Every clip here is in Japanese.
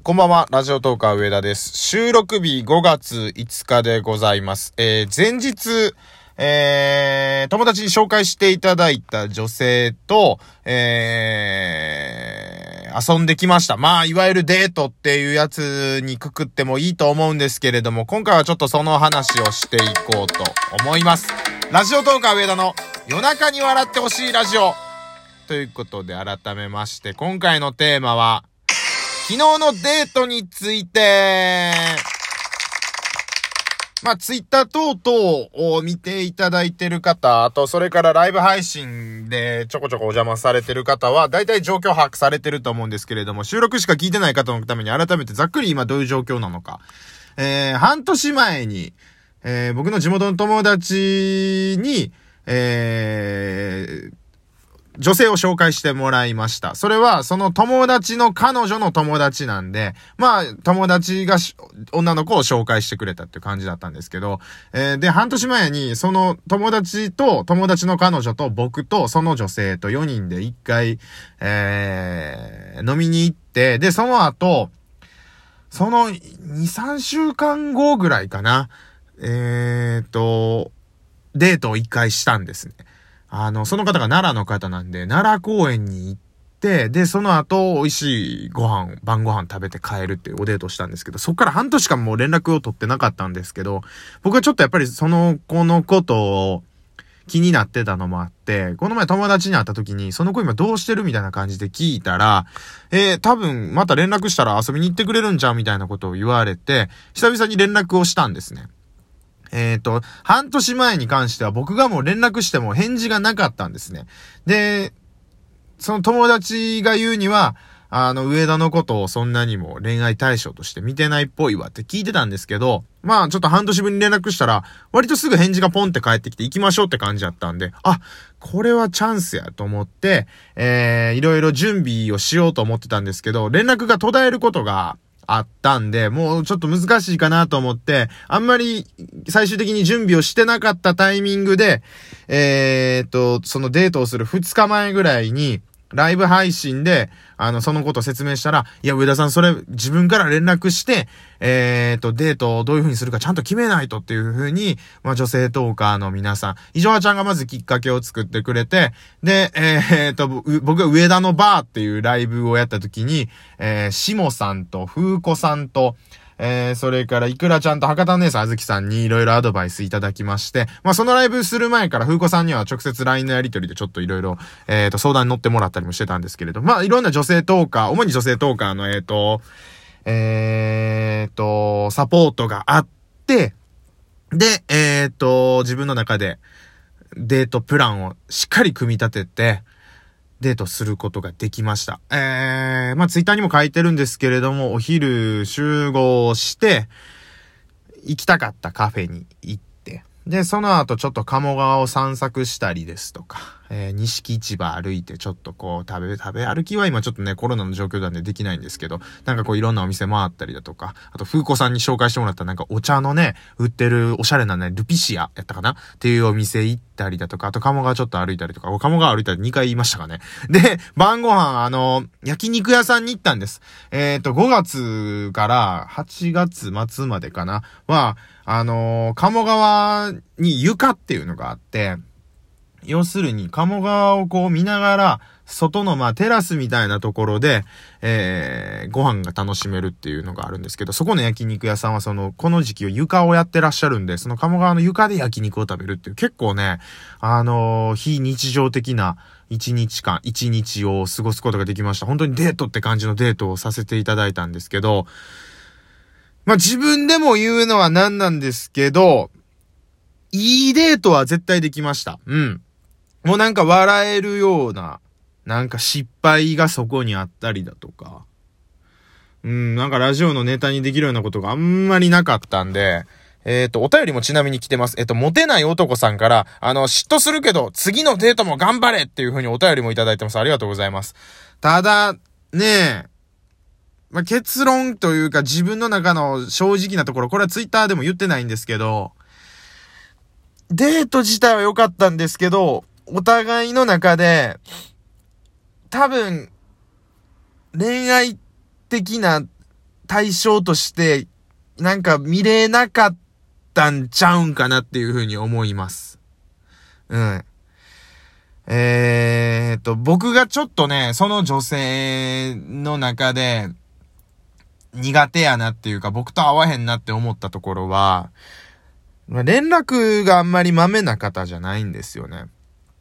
こんばんは、ラジオトーカー上田です。収録日5月5日でございます。前日、友達に紹介していただいた女性と、遊んできました。まあ、いわゆるデートっていうやつにくくってもいいと思うんですけれども、今回はちょっとその話をしていこうと思います。ラジオトーカー上田の夜中に笑ってほしいラジオということで、改めまして今回のテーマは昨日のデートについて。まあ、ツイッター等々を見ていただいている方、あと、それからライブ配信でちょこちょこお邪魔されてる方は、だいたい状況把握されてると思うんですけれども、収録しか聞いてない方のために改めてざっくり今どういう状況なのか。半年前に、僕の地元の友達に、女性を紹介してもらいました。それは、その友達の彼女の友達なんで、まあ、友達が女の子を紹介してくれたっていう感じだったんですけど、で、半年前に、その友達と友達の彼女と僕とその女性と4人で1回、飲みに行って、で、その後、その2、3週間後ぐらいかな、デートを1回したんですね。その方が奈良の方なんで、奈良公園に行って、で、その後、美味しい晩ご飯食べて帰るっていうおデートをしたんですけど、そっから半年間もう連絡を取ってなかったんですけど、僕はちょっとやっぱりその子のことを気になってたのもあって、この前友達に会った時に、その子今どうしてるみたいな感じで聞いたら、多分また連絡したら遊びに行ってくれるんちゃうみたいなことを言われて、久々に連絡をしたんですね。半年前に関しては僕がもう連絡しても返事がなかったんですね。で、その友達が言うには、上田のことをそんなにも恋愛対象として見てないっぽいわって聞いてたんですけど、まあちょっと半年ぶりに連絡したら、割とすぐ返事がポンって返ってきて行きましょうって感じだったんで、あ、これはチャンスやと思って、いろいろ準備をしようと思ってたんですけど、連絡が途絶えることがあったんで、もうちょっと難しいかなと思って、あんまり最終的に準備をしてなかったタイミングで、そのデートをする2日前ぐらいに、ライブ配信で、そのことを説明したら、いや、上田さん、それ、自分から連絡して、デートをどういう風にするかちゃんと決めないとっていう風に、まあ、女性トーカーの皆さん、いじょはちゃんがまずきっかけを作ってくれて、で、僕が上田のバーっていうライブをやった時に、しもさんと、ふうこさんと、それから、いくらちゃんと博多姉さん、あずきさんにいろいろアドバイスいただきまして、まあ、そのライブする前から、ふうこさんには直接 LINE のやり取りでちょっといろいろ、相談に乗ってもらったりもしてたんですけれど、まあ、いろんな女性トーカー、主に女性トーカーの、サポートがあって、で、自分の中でデートプランをしっかり組み立てて、デートすることができました。まあ、ツイッターにも書いてるんですけれども、お昼集合して、行きたかったカフェに行って、で、その後ちょっと鴨川を散策したりですとか、錦市場歩いてちょっとこう食べ歩きは今ちょっとねコロナの状況なんでできないんですけど、なんかこういろんなお店回ったりだとか、あと風子さんに紹介してもらったなんかお茶のね売ってるおしゃれなねルピシアやったかなっていうお店行ったりだとか、あと鴨川ちょっと歩いたりとか、鴨川歩いたり2回言いましたかね。で、晩ご飯焼肉屋さんに行ったんです。5月から8月末までかなは鴨川に床っていうのがあって、要するに鴨川をこう見ながら、外のまあテラスみたいなところで、ご飯が楽しめるっていうのがあるんですけど、そこの焼肉屋さんはこの時期を床をやってらっしゃるんで、その鴨川の床で焼肉を食べるっていう結構ね、非日常的な一日を過ごすことができました。本当にデートって感じのデートをさせていただいたんですけど、まあ自分でも言うのはなんなんですけど、いいデートは絶対できました。うん。もうなんか笑えるような、なんか失敗がそこにあったりだとか、なんかラジオのネタにできるようなことがあんまりなかったんで、お便りもちなみに来てます。モテない男さんから、嫉妬するけど、次のデートも頑張れっていう風にお便りもいただいてます。ありがとうございます。ただ、ねまあ、結論というか自分の中の正直なところ、これはツイッターでも言ってないんですけど、デート自体は良かったんですけど、お互いの中で、多分、恋愛的な対象として、なんか見れなかったんちゃうんかなっていうふうに思います。うん。僕がちょっとね、その女性の中で苦手やなっていうか、僕と合わへんなって思ったところは、連絡があんまりまめな方じゃないんですよね。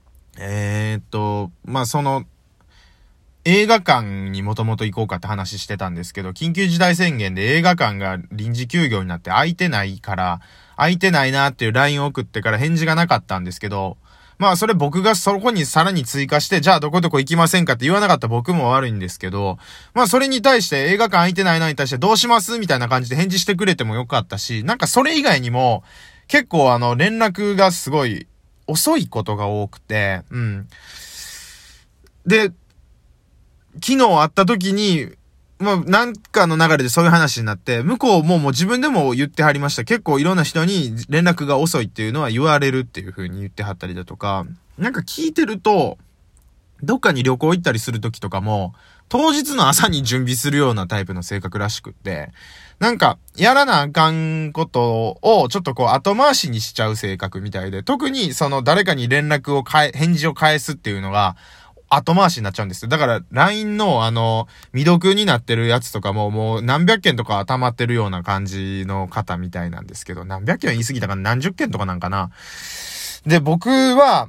その、映画館にもともと行こうかって話してたんですけど、緊急事態宣言で映画館が臨時休業になって空いてないなっていう LINE を送ってから返事がなかったんですけど、まあそれ僕がそこにさらに追加して、じゃあどこどこ行きませんかって言わなかった僕も悪いんですけど、まあそれに対して映画館空いてないなに対してどうしますみたいな感じで返事してくれてもよかったし、なんかそれ以外にも結構連絡がすごい遅いことが多くて、うん。で、昨日会った時に、まあ、なんかの流れでそういう話になって、向こうも自分でも言ってはりました。結構いろんな人に連絡が遅いっていうのは言われるっていう風に言ってはったりだとか、なんか聞いてると、どっかに旅行行ったりする時とかも、当日の朝に準備するようなタイプの性格らしくって、なんか、やらなあかんことを、ちょっとこう、後回しにしちゃう性格みたいで、特にその誰かに返事を返すっていうのが、後回しになっちゃうんですよ。だから、LINE の未読になってるやつとかもう何百件とか溜まってるような感じの方みたいなんですけど、何百件は言い過ぎたかな、何十件とかなんかな。で、僕は、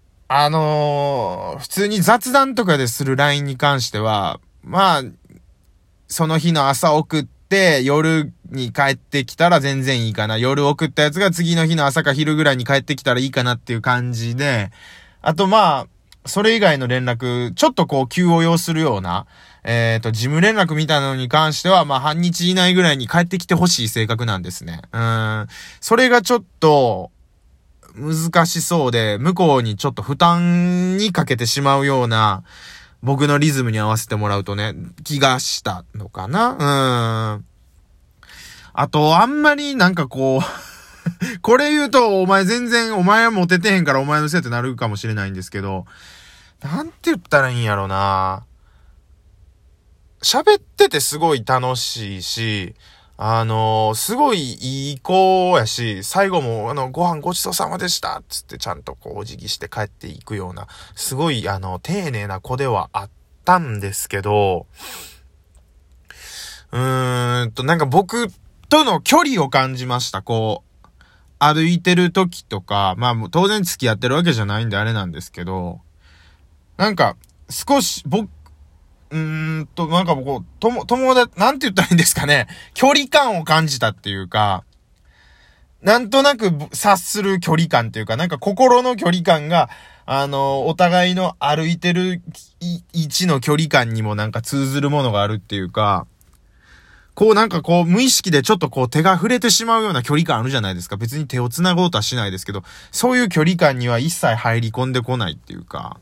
普通に雑談とかでする LINE に関しては、まあ、その日の朝送って、夜に帰ってきたら全然いいかな。夜送ったやつが次の日の朝か昼ぐらいに帰ってきたらいいかなっていう感じで、あとまあ、それ以外の連絡、ちょっとこう急を要するような、事務連絡みたいなのに関しては、まあ半日以内ぐらいに帰ってきてほしい性格なんですね。それがちょっと、難しそうで、向こうにちょっと負担にかけてしまうような、僕のリズムに合わせてもらうとね、気がしたのかな。あと、あんまりなんかこう、これ言うと、お前はモテてへんからお前のせいってなるかもしれないんですけど、なんて言ったらいいんやろな。喋っててすごい楽しいし、すごいいい子やし、最後もご飯ごちそうさまでしたつってちゃんとこうお辞儀して帰っていくような、すごい丁寧な子ではあったんですけど、なんか僕との距離を感じました。こう、歩いてる時とか、まあ当然付き合ってるわけじゃないんであれなんですけど、なんか少しなんかこう、友達、なんて言ったらいいんですかね。距離感を感じたっていうか、なんとなく察する距離感っていうか、なんか心の距離感が、お互いの歩いてる位置の距離感にもなんか通ずるものがあるっていうか、こうなんかこう無意識でちょっとこう手が触れてしまうような距離感あるじゃないですか。別に手を繋ごうとはしないですけど、そういう距離感には一切入り込んでこないっていうか、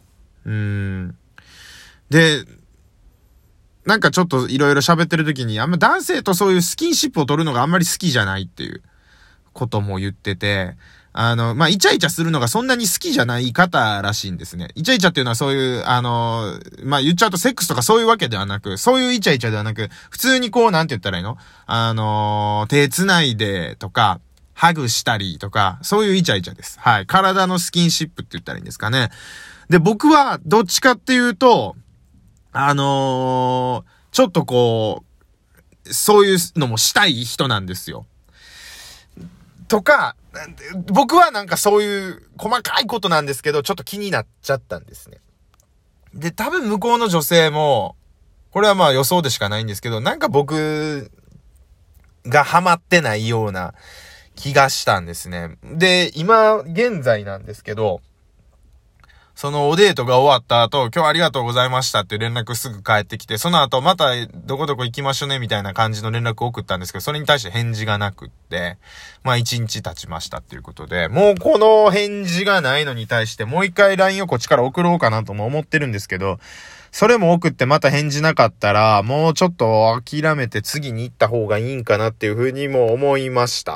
で、なんかちょっといろいろ喋ってる時に、あんま男性とそういうスキンシップを取るのがあんまり好きじゃないっていうことも言ってて、まあ、イチャイチャするのがそんなに好きじゃない方らしいんですね。イチャイチャっていうのはそういう、まあ、言っちゃうとセックスとかそういうわけではなく、そういうイチャイチャではなく、普通にこう、なんて言ったらいいの？手繋いでとか、ハグしたりとか、そういうイチャイチャです。はい。体のスキンシップって言ったらいいんですかね。で、僕はどっちかっていうと、ちょっとこう、そういうのもしたい人なんですよ。とか、僕はなんかそういう細かいことなんですけど、ちょっと気になっちゃったんですね。で、多分向こうの女性も、これはまあ予想でしかないんですけど、なんか僕がハマってないような気がしたんですね。で、今現在なんですけど、そのおデートが終わった後、今日ありがとうございましたって連絡すぐ返ってきて、その後またどこどこ行きましょうねみたいな感じの連絡を送ったんですけど、それに対して返事がなくって、まあ1日経ちましたっていうことで、もうこの返事がないのに対してもう一回 LINE をこっちから送ろうかなとも思ってるんですけど、それも送ってまた返事なかったら、もうちょっと諦めて次に行った方がいいんかなっていうふうにも思いました。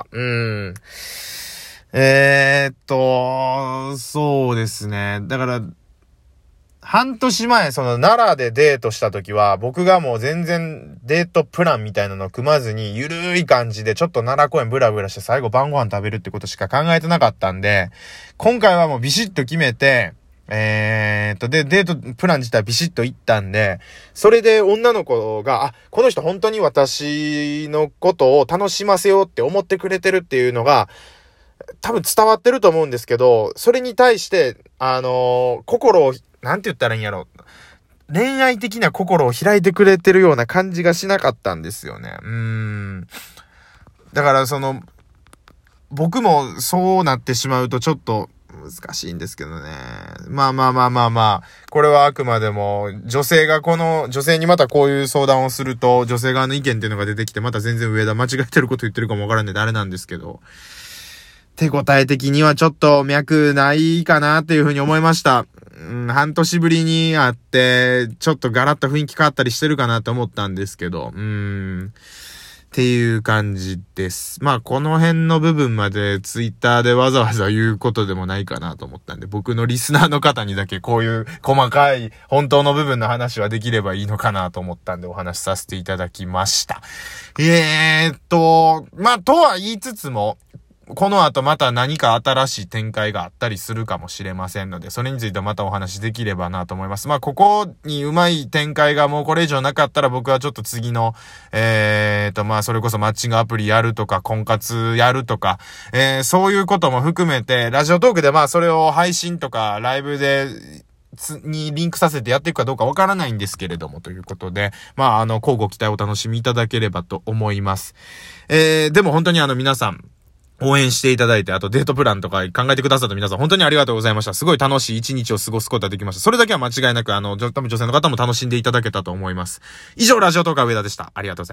そうですね。だから、 半年前、奈良でデートした時は、僕がもう全然デートプランみたいなのを組まずに、ゆるい感じでちょっと奈良公園ブラブラして最後晩ご飯食べるってことしか考えてなかったんで、今回はもうビシッと決めて、で、デートプラン自体ビシッと行ったんで、それで女の子が、この人本当に私のことを楽しませようって思ってくれてるっていうのが、多分伝わってると思うんですけど、それに対して、心を、なんて言ったらいいんやろ。恋愛的な心を開いてくれてるような感じがしなかったんですよね。だから僕もそうなってしまうとちょっと難しいんですけどね。まあ。これはあくまでも、女性にまたこういう相談をすると、女性側の意見っていうのが出てきて、また全然間違えてること言ってるかもわからんねであれなんですけど、手応え的にはちょっと脈ないかなっていうふうに思いました。半年ぶりに会って、ちょっとガラッと雰囲気変わったりしてるかなと思ったんですけど、っていう感じです。まあ、この辺の部分までツイッターでわざわざ言うことでもないかなと思ったんで、僕のリスナーの方にだけこういう細かい本当の部分の話はできればいいのかなと思ったんでお話しさせていただきました。まあ、とは言いつつも、この後また何か新しい展開があったりするかもしれませんので、それについてまたお話できればなと思います。まあ、ここにうまい展開がもうこれ以上なかったら僕はちょっと次の、まあ、それこそマッチングアプリやるとか、婚活やるとか、そういうことも含めて、ラジオトークでまあ、それを配信とかライブで、にリンクさせてやっていくかどうかわからないんですけれども、ということで、まあ、交互期待をお楽しみいただければと思います。でも本当に皆さん、応援していただいて、あとデートプランとか考えてくださった皆さん本当にありがとうございました。すごい楽しい一日を過ごすことができました。それだけは間違いなく多分女性の方も楽しんでいただけたと思います。以上、ラジオトーカー上田でした。ありがとうございます。